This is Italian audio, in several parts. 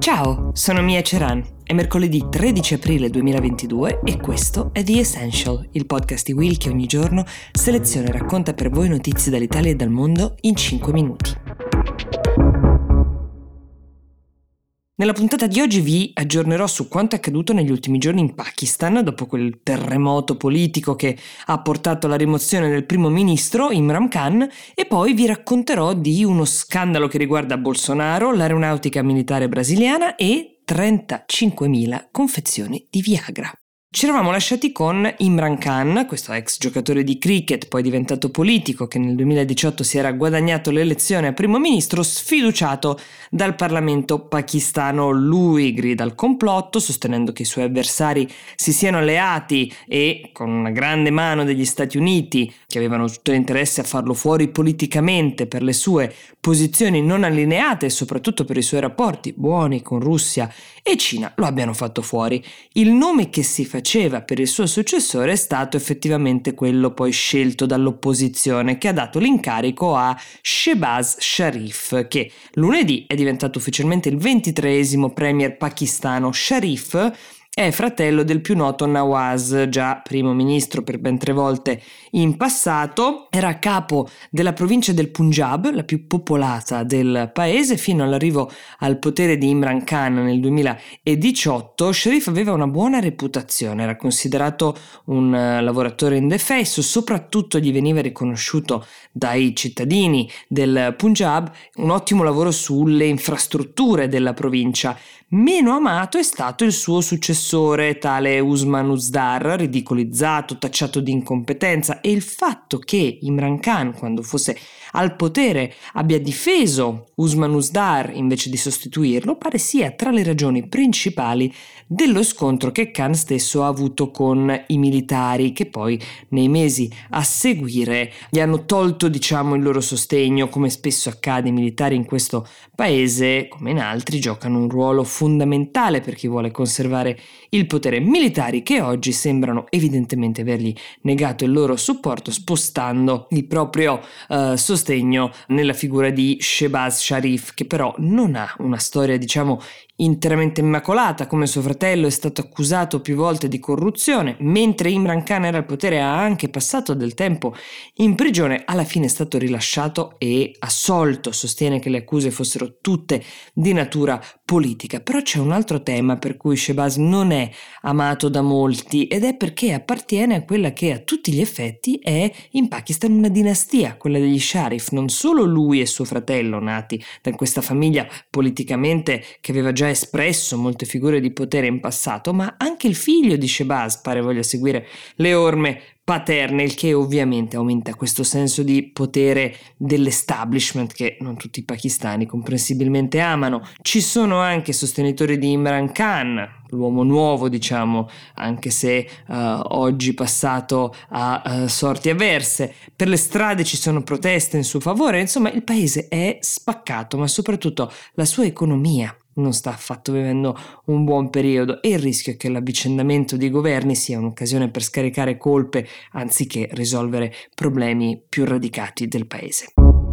Ciao, sono Mia Ceran. È mercoledì 13 aprile 2022 e questo è The Essential, il podcast di Will che ogni giorno seleziona e racconta per voi notizie dall'Italia e dal mondo in 5 minuti. Nella puntata di oggi vi aggiornerò su quanto è accaduto negli ultimi giorni in Pakistan dopo quel terremoto politico che ha portato alla rimozione del primo ministro Imran Khan e poi vi racconterò di uno scandalo che riguarda Bolsonaro, l'aeronautica militare brasiliana e 35.000 confezioni di Viagra. Ci eravamo lasciati con Imran Khan, questo ex giocatore di cricket, poi diventato politico, che nel 2018 si era guadagnato l'elezione a primo ministro, sfiduciato dal Parlamento pakistano. Lui grida al complotto, sostenendo che i suoi avversari si siano alleati e, con una grande mano degli Stati Uniti, che avevano tutto l'interesse a farlo fuori politicamente per le sue posizioni non allineate e soprattutto per i suoi rapporti buoni con Russia e Cina, lo abbiano fatto fuori. Il nome che si faceva per il suo successore è stato effettivamente quello poi scelto dall'opposizione, che ha dato l'incarico a Shehbaz Sharif, che lunedì è diventato ufficialmente il 23esimo premier pakistano. Sharif è fratello del più noto Nawaz, già primo ministro per ben 3 volte in passato. Era a capo della provincia del Punjab, la più popolata del paese, fino all'arrivo al potere di Imran Khan nel 2018. Sharif aveva una buona reputazione, era considerato un lavoratore indefesso, soprattutto gli veniva riconosciuto dai cittadini del Punjab un ottimo lavoro sulle infrastrutture della provincia. Meno amato è stato il suo successore, tale Usman Uzdar, ridicolizzato, tacciato di incompetenza, e il fatto che Imran Khan, quando fosse al potere, abbia difeso Usman Uzdar invece di sostituirlo, pare sia tra le ragioni principali dello scontro che Khan stesso ha avuto con i militari, che poi nei mesi a seguire gli hanno tolto, il loro sostegno. Come spesso accade, i militari in questo paese, come in altri, giocano un ruolo fondamentale per chi vuole conservare il potere. Militari che oggi sembrano evidentemente avergli negato il loro supporto, spostando il proprio sostegno nella figura di Shehbaz Sharif, che però non ha una storia interamente immacolata. Come suo fratello è stato accusato più volte di corruzione, mentre Imran Khan era al potere ha anche passato del tempo in prigione. Alla fine è stato rilasciato e assolto, sostiene che le accuse fossero tutte di natura politica. Però c'è un altro tema per cui Shehbaz non è amato da molti, ed è perché appartiene a quella che a tutti gli effetti è in Pakistan una dinastia, quella degli Sharif. Non solo lui e suo fratello, nati da questa famiglia politicamente che aveva già espresso molte figure di potere in passato, ma anche il figlio di Shehbaz pare voglia seguire le orme paterne, il che ovviamente aumenta questo senso di potere dell'establishment che non tutti i pakistani comprensibilmente amano. Ci sono anche sostenitori di Imran Khan, l'uomo nuovo, anche se oggi passato a sorti avverse. Per le strade ci sono proteste in suo favore. Insomma, il paese è spaccato, ma soprattutto la sua economia non sta affatto vivendo un buon periodo, e il rischio è che l'avvicendamento dei governi sia un'occasione per scaricare colpe anziché risolvere problemi più radicati del paese.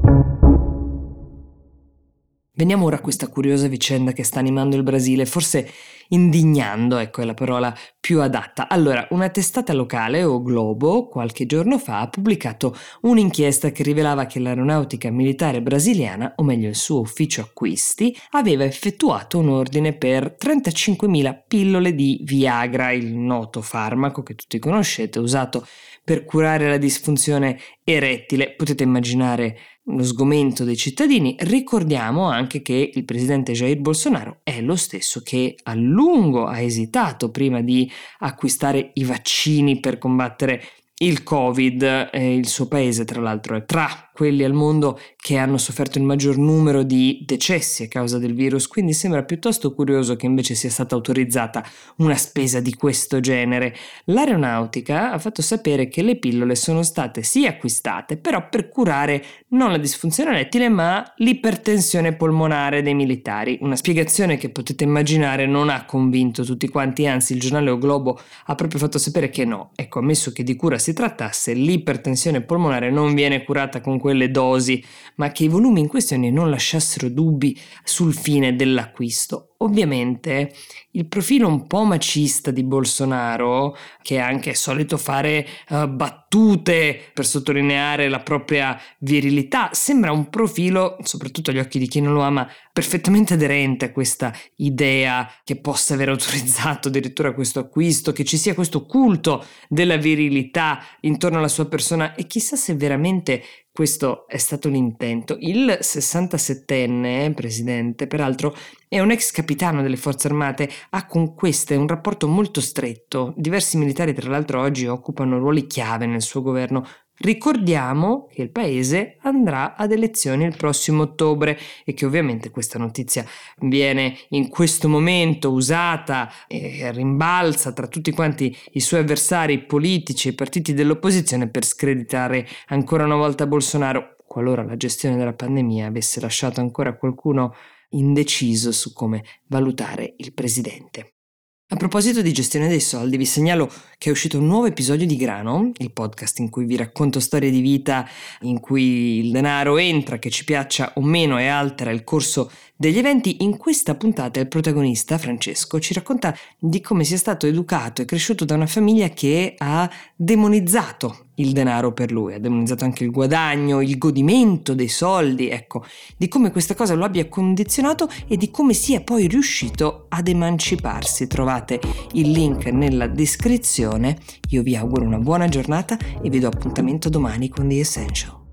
Veniamo ora a questa curiosa vicenda che sta animando il Brasile, forse indignando, è la parola più adatta. Allora, una testata locale, O Globo, qualche giorno fa ha pubblicato un'inchiesta che rivelava che l'aeronautica militare brasiliana, o meglio il suo ufficio acquisti, aveva effettuato un ordine per 35.000 pillole di Viagra, il noto farmaco che tutti conoscete, usato per curare la disfunzione erettile. Potete immaginare lo sgomento dei cittadini. Ricordiamo anche che il presidente Jair Bolsonaro è lo stesso che a lungo ha esitato prima di acquistare i vaccini per combattere il Covid. Il suo paese, tra l'altro, è tra quelli al mondo che hanno sofferto il maggior numero di decessi a causa del virus, quindi sembra piuttosto curioso che invece sia stata autorizzata una spesa di questo genere. L'aeronautica ha fatto sapere che le pillole sono state sì acquistate, però per curare non la disfunzione erettile ma l'ipertensione polmonare dei militari. Una spiegazione che potete immaginare non ha convinto tutti quanti, anzi il giornale O Globo ha proprio fatto sapere che no, ammesso che di cura si trattasse, l'ipertensione polmonare non viene curata con quelle dosi ma che i volumi in questione non lasciassero dubbi sul fine dell'acquisto. Ovviamente il profilo un po' macista di Bolsonaro, che è anche solito fare battute per sottolineare la propria virilità, sembra un profilo, soprattutto agli occhi di chi non lo ama, perfettamente aderente a questa idea che possa aver autorizzato addirittura questo acquisto, che ci sia questo culto della virilità intorno alla sua persona, e chissà se veramente questo è stato l'intento. Il 67enne presidente, peraltro, è un ex capitano delle forze armate, ha con queste un rapporto molto stretto. Diversi militari, tra l'altro, oggi occupano ruoli chiave nel suo governo. Ricordiamo che il paese andrà ad elezioni il prossimo ottobre e che ovviamente questa notizia viene in questo momento usata e rimbalza tra tutti quanti i suoi avversari politici e partiti dell'opposizione per screditare ancora una volta Bolsonaro, qualora la gestione della pandemia avesse lasciato ancora qualcuno indeciso su come valutare il presidente. A proposito di gestione dei soldi, vi segnalo che è uscito un nuovo episodio di Grano, il podcast in cui vi racconto storie di vita in cui il denaro entra, che ci piaccia o meno, e altera il corso degli eventi. In questa puntata il protagonista, Francesco, ci racconta di come sia stato educato e cresciuto da una famiglia che ha demonizzato il denaro per lui, ha demonizzato anche il guadagno, il godimento dei soldi, ecco, di come questa cosa lo abbia condizionato e di come sia poi riuscito ad emanciparsi. Trovate il link nella descrizione. Io vi auguro una buona giornata e vi do appuntamento domani con The Essential.